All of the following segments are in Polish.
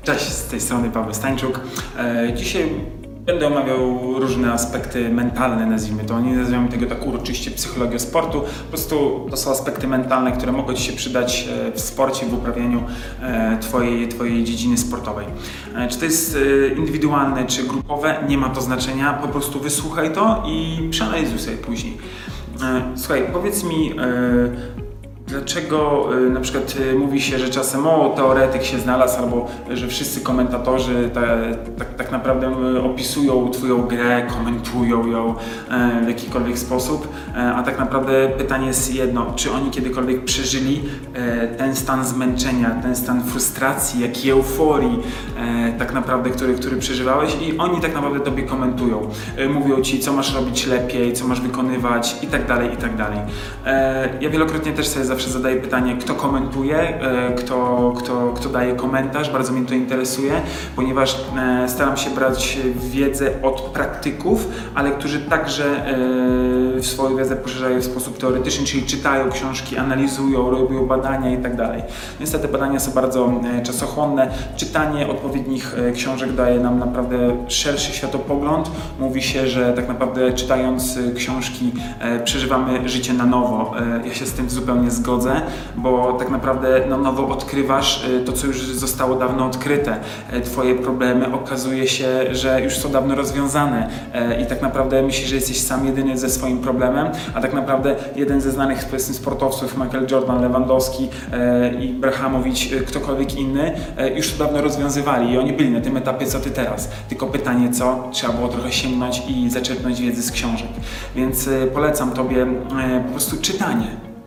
Cześć, z tej strony Paweł Stańczuk. Dzisiaj będę omawiał różne aspekty mentalne, nazwijmy to. Nie nazywamy tego tak uroczyście psychologią sportu. Po prostu to są aspekty mentalne, które mogą Ci się przydać w sporcie, w uprawianiu Twojej dziedziny sportowej. Czy to jest indywidualne, czy grupowe, nie ma to znaczenia. Po prostu wysłuchaj to i przeanalizuj sobie później. Słuchaj, powiedz mi, dlaczego na przykład mówi się, że czasem teoretyk się znalazł, albo że wszyscy komentatorzy tak naprawdę opisują Twoją grę, komentują ją w jakikolwiek sposób, a tak naprawdę pytanie jest jedno, czy oni kiedykolwiek przeżyli ten stan zmęczenia, ten stan frustracji, jak i euforii tak naprawdę, który przeżywałeś, i oni tak naprawdę Tobie komentują. Mówią Ci, co masz robić lepiej, co masz wykonywać i tak dalej, i tak dalej. Ja wielokrotnie też sobie zawsze zadaję pytanie, kto komentuje, kto daje komentarz. Bardzo mnie to interesuje, ponieważ staram się brać wiedzę od praktyków, ale którzy także swoją wiedzę poszerzają w sposób teoretyczny, czyli czytają książki, analizują, robią badania i tak dalej. Niestety badania są bardzo czasochłonne. Czytanie odpowiednich książek daje nam naprawdę szerszy światopogląd. Mówi się, że tak naprawdę czytając książki przeżywamy życie na nowo. Ja się z tym zupełnie zgodzę, bo tak naprawdę na nowo odkrywasz to, co już zostało dawno odkryte. Twoje problemy okazuje się, że już są dawno rozwiązane i tak naprawdę myślisz, że jesteś sam jedyny ze swoim problemem, a tak naprawdę jeden ze znanych sportowców, Michael Jordan, Lewandowski, Ibrahimowicz, ktokolwiek inny, już to dawno rozwiązywali i oni byli na tym etapie, co ty teraz. Tylko pytanie, co? Trzeba było trochę sięgnąć i zaczerpnąć wiedzy z książek. Więc polecam Tobie po prostu czytanie.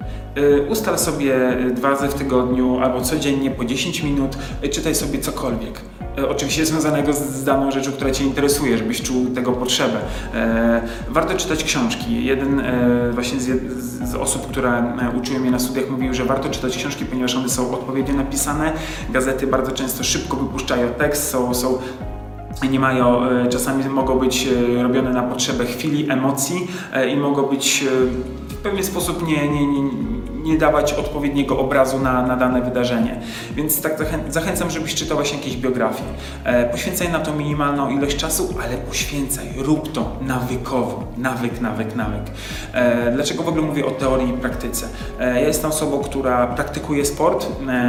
Ustal sobie 2 razy w tygodniu albo codziennie po 10 minut, czytaj sobie cokolwiek. Oczywiście związanego z daną rzeczą, która Cię interesuje, żebyś czuł tego potrzebę. Warto czytać książki. Jeden właśnie z osób, które uczyły mnie na studiach, mówił, że warto czytać książki, ponieważ one są odpowiednio napisane. Gazety bardzo często szybko wypuszczają tekst, nie mają, czasami mogą być robione na potrzebę chwili, emocji i mogą być w pewien sposób nie dawać odpowiedniego obrazu na dane wydarzenie. Więc tak zachęcam, żebyś czytał właśnie jakieś biografie. Poświęcaj na to minimalną ilość czasu, ale poświęcaj, rób to nawykowo. Nawyk. Dlaczego w ogóle mówię o teorii i praktyce? Ja jestem osobą, która praktykuje sport,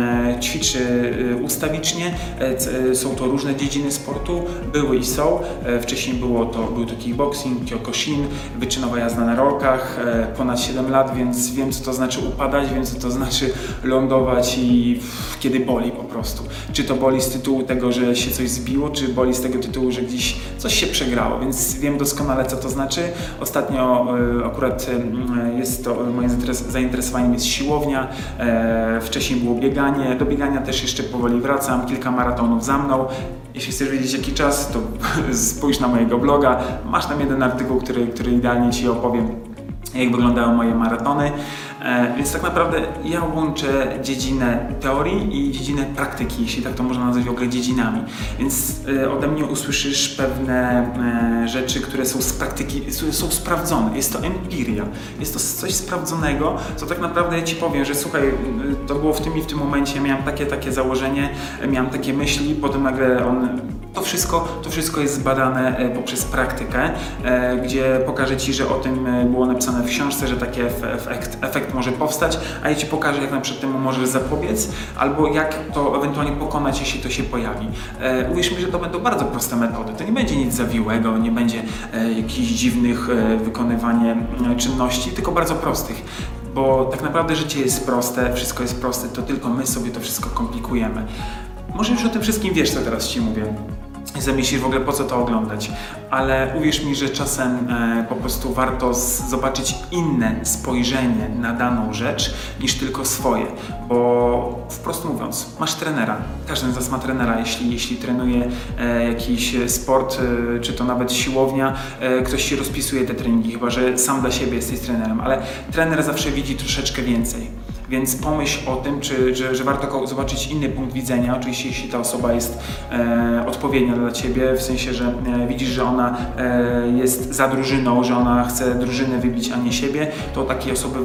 ćwiczy ustawicznie, są to różne dziedziny sportu, były i są. Wcześniej był to kickboxing, kyokushin, wyczynowa jazda na rolkach, ponad 7 lat, więc wiem, co to znaczy upadać, wiem, co to znaczy lądować i kiedy boli po prostu. Czy to boli z tytułu tego, że się coś zbiło, czy boli z tego tytułu, że gdzieś coś się przegrało, więc wiem doskonale, co to znaczy. Ostatnio akurat jest to moim zainteresowaniem jest siłownia, wcześniej było bieganie, do biegania też jeszcze powoli wracam, kilka maratonów za mną. Jeśli chcesz wiedzieć, jaki czas, to spójrz na mojego bloga, masz tam jeden artykuł, który idealnie Ci opowiem, jak wyglądały moje maratony. Więc tak naprawdę ja łączę dziedzinę teorii i dziedzinę praktyki, jeśli tak to można nazwać w ogóle dziedzinami. Więc ode mnie usłyszysz pewne rzeczy, które są z praktyki, które są sprawdzone. Jest to empiria, jest to coś sprawdzonego, co tak naprawdę ja Ci powiem, że słuchaj, to było w tym i w tym momencie, miałem takie założenie, miałem takie myśli, potem nagle to wszystko jest zbadane poprzez praktykę, gdzie pokażę Ci, że o tym było napisane w książce, że taki efekt może powstać, a ja Ci pokażę, jak na przykład temu możesz zapobiec, albo jak to ewentualnie pokonać, jeśli to się pojawi. Uwierz mi, że to będą bardzo proste metody. To nie będzie nic zawiłego, nie będzie jakichś dziwnych wykonywania czynności, tylko bardzo prostych. Bo tak naprawdę życie jest proste, wszystko jest proste, to tylko my sobie to wszystko komplikujemy. Może już o tym wszystkim wiesz, co teraz Ci mówię. Zamyślisz w ogóle, po co to oglądać, ale uwierz mi, że czasem po prostu warto zobaczyć inne spojrzenie na daną rzecz niż tylko swoje, bo wprost mówiąc, masz trenera, każdy z nas ma trenera, jeśli trenuje jakiś sport, czy to nawet siłownia, ktoś Ci rozpisuje te treningi, chyba że sam dla siebie jesteś trenerem, ale trener zawsze widzi troszeczkę więcej. Więc pomyśl o tym, że warto zobaczyć inny punkt widzenia, oczywiście jeśli ta osoba jest odpowiednia dla Ciebie, w sensie, że widzisz, że ona jest za drużyną, że ona chce drużynę wybić, a nie siebie, to o takiej osoby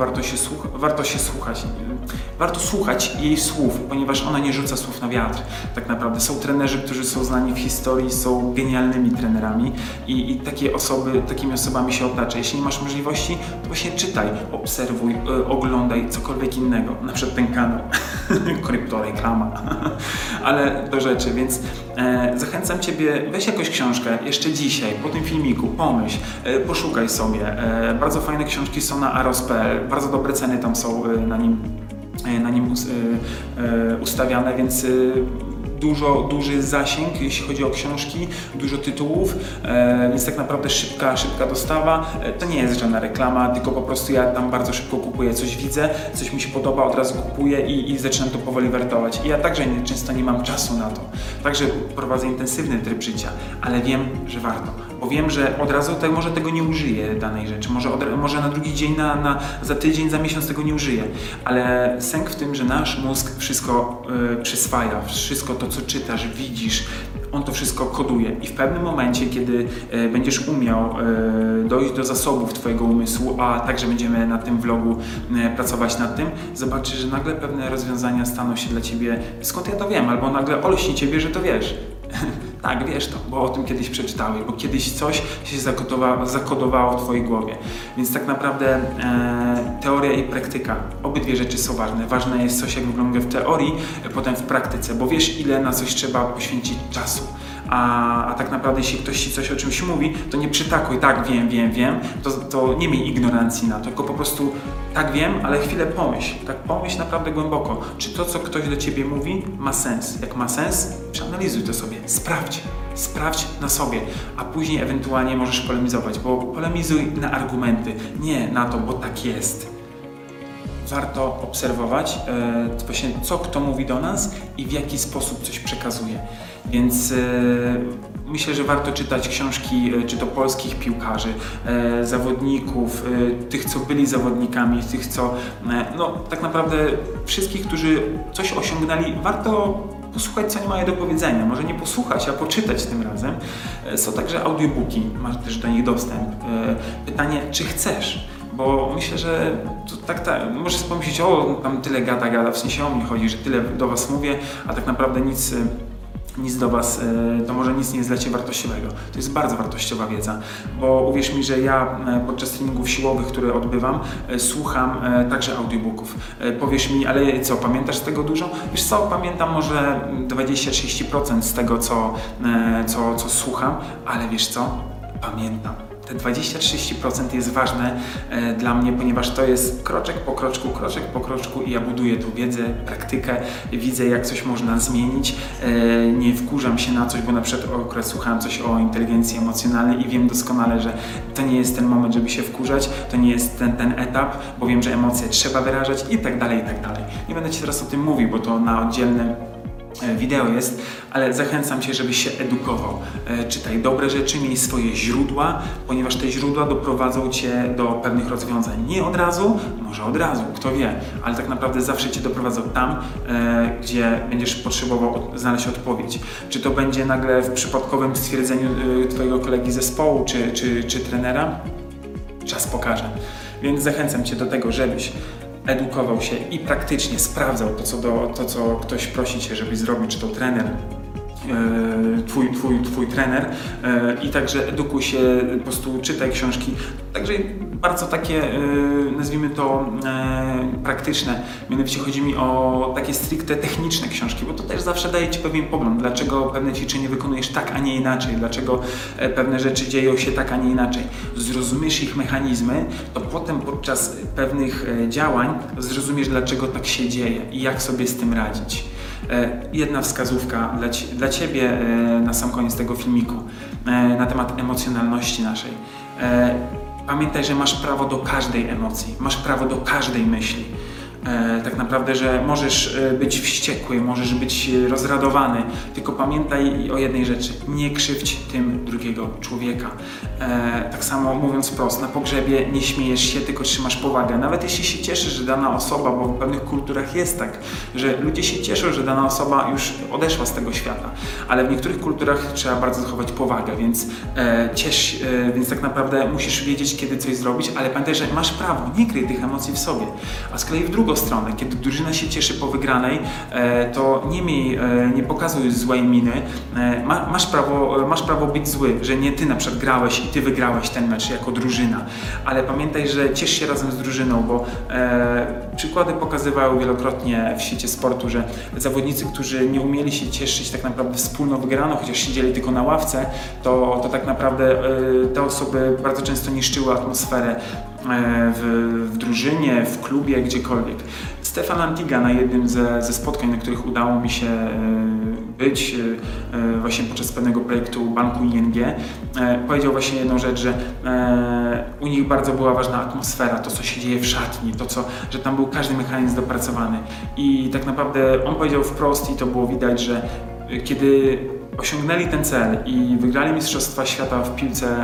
warto słuchać jej słów, ponieważ ona nie rzuca słów na wiatr. Tak naprawdę są trenerzy, którzy są znani w historii, są genialnymi trenerami i takimi osobami się otacza. Jeśli nie masz możliwości, to właśnie czytaj, obserwuj, oglądaj cokolwiek innego, na przykład ten kanał, kryptoreklama, ale do rzeczy, więc zachęcam Ciebie, weź jakąś książkę jeszcze dzisiaj, po tym filmiku, pomyśl, poszukaj sobie. Bardzo fajne książki są na aros.pl, bardzo dobre ceny tam są na nim ustawiane, więc duży zasięg, jeśli chodzi o książki, dużo tytułów, więc tak naprawdę szybka dostawa. To nie jest żadna reklama, tylko po prostu ja tam bardzo szybko kupuję, coś widzę, coś mi się podoba, od razu kupuję i zaczynam to powoli wertować. I ja także często nie mam czasu na to. Także prowadzę intensywny tryb życia, ale wiem, że warto. Bo wiem, że od razu może tego nie użyję danej rzeczy, może na drugi dzień, za tydzień, za miesiąc tego nie użyję. Ale sęk w tym, że nasz mózg wszystko przyswaja, wszystko to, co czytasz, widzisz, on to wszystko koduje i w pewnym momencie, kiedy będziesz umiał dojść do zasobów Twojego umysłu, a także będziemy na tym vlogu pracować nad tym, zobaczysz, że nagle pewne rozwiązania staną się dla Ciebie, skąd ja to wiem, albo nagle olśni Ciebie, że to wiesz. Tak, wiesz to, bo o tym kiedyś przeczytałeś, bo kiedyś coś się zakodowało w Twojej głowie. Więc tak naprawdę teoria i praktyka, obydwie rzeczy są ważne. Ważne jest coś, jak wygląda w teorii, potem w praktyce, bo wiesz, ile na coś trzeba poświęcić czasu. A tak naprawdę, jeśli ktoś Ci coś o czymś mówi, to nie przytakuj, tak wiem, to nie miej ignorancji na to, tylko po prostu tak wiem, ale chwilę pomyśl naprawdę głęboko, czy to, co ktoś do Ciebie mówi, ma sens. Jak ma sens, przeanalizuj to sobie, sprawdź na sobie, a później ewentualnie możesz polemizować, bo polemizuj na argumenty, nie na to, bo tak jest. Warto obserwować właśnie, co kto mówi do nas i w jaki sposób coś przekazuje. Więc myślę, że warto czytać książki, czy to polskich piłkarzy, zawodników, tych, co byli zawodnikami, tych, co tak naprawdę wszystkich, którzy coś osiągnęli. Warto posłuchać, co oni mają do powiedzenia. Może nie posłuchać, a poczytać tym razem. Są także audiobooki, masz też do nich dostęp. Pytanie, czy chcesz? Bo myślę, że to tak możesz pomyśleć, tam tyle gada, w sensie o mnie chodzi, że tyle do Was mówię, a tak naprawdę nic do Was, to może nic nie jest dla Ciebie wartościowego. To jest bardzo wartościowa wiedza, bo uwierz mi, że ja podczas treningów siłowych, które odbywam, słucham także audiobooków. Powiesz mi, ale co, pamiętasz z tego dużo? Wiesz co, pamiętam może 20-30% z tego, co słucham, ale wiesz co, pamiętam. Te 20-30% jest ważne dla mnie, ponieważ to jest kroczek po kroczku i ja buduję tą wiedzę, praktykę, widzę, jak coś można zmienić, nie wkurzam się na coś, bo na przykład akurat słuchałem coś o inteligencji emocjonalnej i wiem doskonale, że to nie jest ten moment, żeby się wkurzać, to nie jest ten etap, bo wiem, że emocje trzeba wyrażać i tak dalej. Nie będę Ci teraz o tym mówił, bo to na oddzielne wideo jest, ale zachęcam Cię, żebyś się edukował. Czytaj dobre rzeczy, miej swoje źródła, ponieważ te źródła doprowadzą Cię do pewnych rozwiązań. Nie od razu, może od razu, kto wie, ale tak naprawdę zawsze Cię doprowadzą tam, gdzie będziesz potrzebował znaleźć odpowiedź. Czy to będzie nagle w przypadkowym stwierdzeniu Twojego kolegi zespołu, czy trenera? Czas pokaże. Więc zachęcam Cię do tego, żebyś edukował się i praktycznie sprawdzał to, co ktoś prosi Cię, żebyś zrobił, czy to trener, twój trener i także edukuj się, po prostu czytaj książki, także bardzo takie, nazwijmy to, praktyczne, mianowicie chodzi mi o takie stricte techniczne książki, bo to też zawsze daje Ci pewien pogląd, dlaczego pewne ćwiczenie wykonujesz tak, a nie inaczej, dlaczego pewne rzeczy dzieją się tak, a nie inaczej. Zrozumiesz ich mechanizmy, to potem podczas pewnych działań zrozumiesz, dlaczego tak się dzieje i jak sobie z tym radzić. Jedna wskazówka dla Ciebie na sam koniec tego filmiku na temat emocjonalności naszej. Pamiętaj, że masz prawo do każdej emocji, masz prawo do każdej myśli. tak naprawdę, że możesz być wściekły, możesz być rozradowany, tylko pamiętaj o jednej rzeczy, nie krzywdź tym drugiego człowieka. Tak samo mówiąc wprost, na pogrzebie nie śmiejesz się, tylko trzymasz powagę. Nawet jeśli się cieszysz, że dana osoba, bo w pewnych kulturach jest tak, że ludzie się cieszą, że dana osoba już odeszła z tego świata, ale w niektórych kulturach trzeba bardzo zachować powagę, więc więc tak naprawdę musisz wiedzieć, kiedy coś zrobić, ale pamiętaj, że masz prawo, nie kryj tych emocji w sobie. A z kolei w drugą stronę, kiedy drużyna się cieszy po wygranej, to nie pokazuj złej miny. Masz prawo być zły, że nie ty na przykład grałeś i ty wygrałeś ten mecz jako drużyna, ale pamiętaj, że ciesz się razem z drużyną, bo przykłady pokazywały wielokrotnie w świecie sportu, że zawodnicy, którzy nie umieli się cieszyć tak naprawdę wspólną wygraną, chociaż siedzieli tylko na ławce, to tak naprawdę te osoby bardzo często niszczyły atmosferę w drużynie, w klubie, gdziekolwiek. Stefan Antiga na jednym ze spotkań, na których udało mi się być właśnie podczas pewnego projektu banku ING, powiedział właśnie jedną rzecz, że u nich bardzo była ważna atmosfera, to co się dzieje w szatni, że tam był każdy mechanizm dopracowany i tak naprawdę on powiedział wprost i to było widać, że kiedy osiągnęli ten cel i wygrali Mistrzostwa Świata w piłce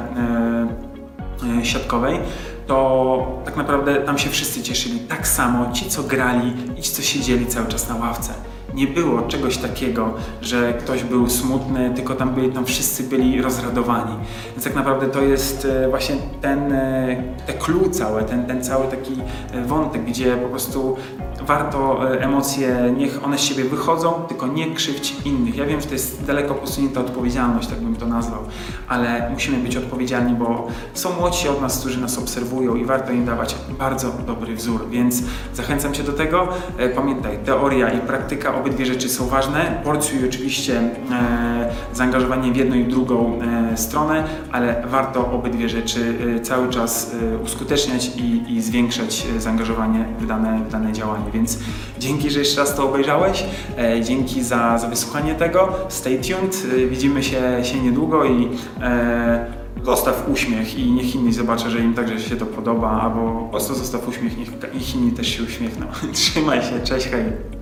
siatkowej, to tak naprawdę tam się wszyscy cieszyli tak samo, ci co grali i ci co siedzieli cały czas na ławce. Nie było czegoś takiego, że ktoś był smutny, tylko tam wszyscy byli rozradowani. Więc tak naprawdę to jest właśnie te clue całe, ten cały taki wątek, gdzie po prostu warto emocje, niech one z siebie wychodzą, tylko nie krzywdź innych. Ja wiem, że to jest daleko posunięta odpowiedzialność, tak bym to nazwał, ale musimy być odpowiedzialni, bo są młodsi od nas, którzy nas obserwują i warto im dawać bardzo dobry wzór, więc zachęcam Cię do tego. Pamiętaj, teoria i praktyka, obydwie rzeczy są ważne. Porcjuj oczywiście zaangażowanie w jedną i drugą stronę, ale warto obydwie rzeczy cały czas uskuteczniać i zwiększać zaangażowanie w dane działanie. Więc dzięki, że jeszcze raz to obejrzałeś. Dzięki za wysłuchanie tego. Stay tuned. Widzimy się niedługo i zostaw uśmiech i niech inni zobaczą, że im także się to podoba, albo po prostu zostaw uśmiech, niech inni też się uśmiechną. Trzymaj się, cześć, hej!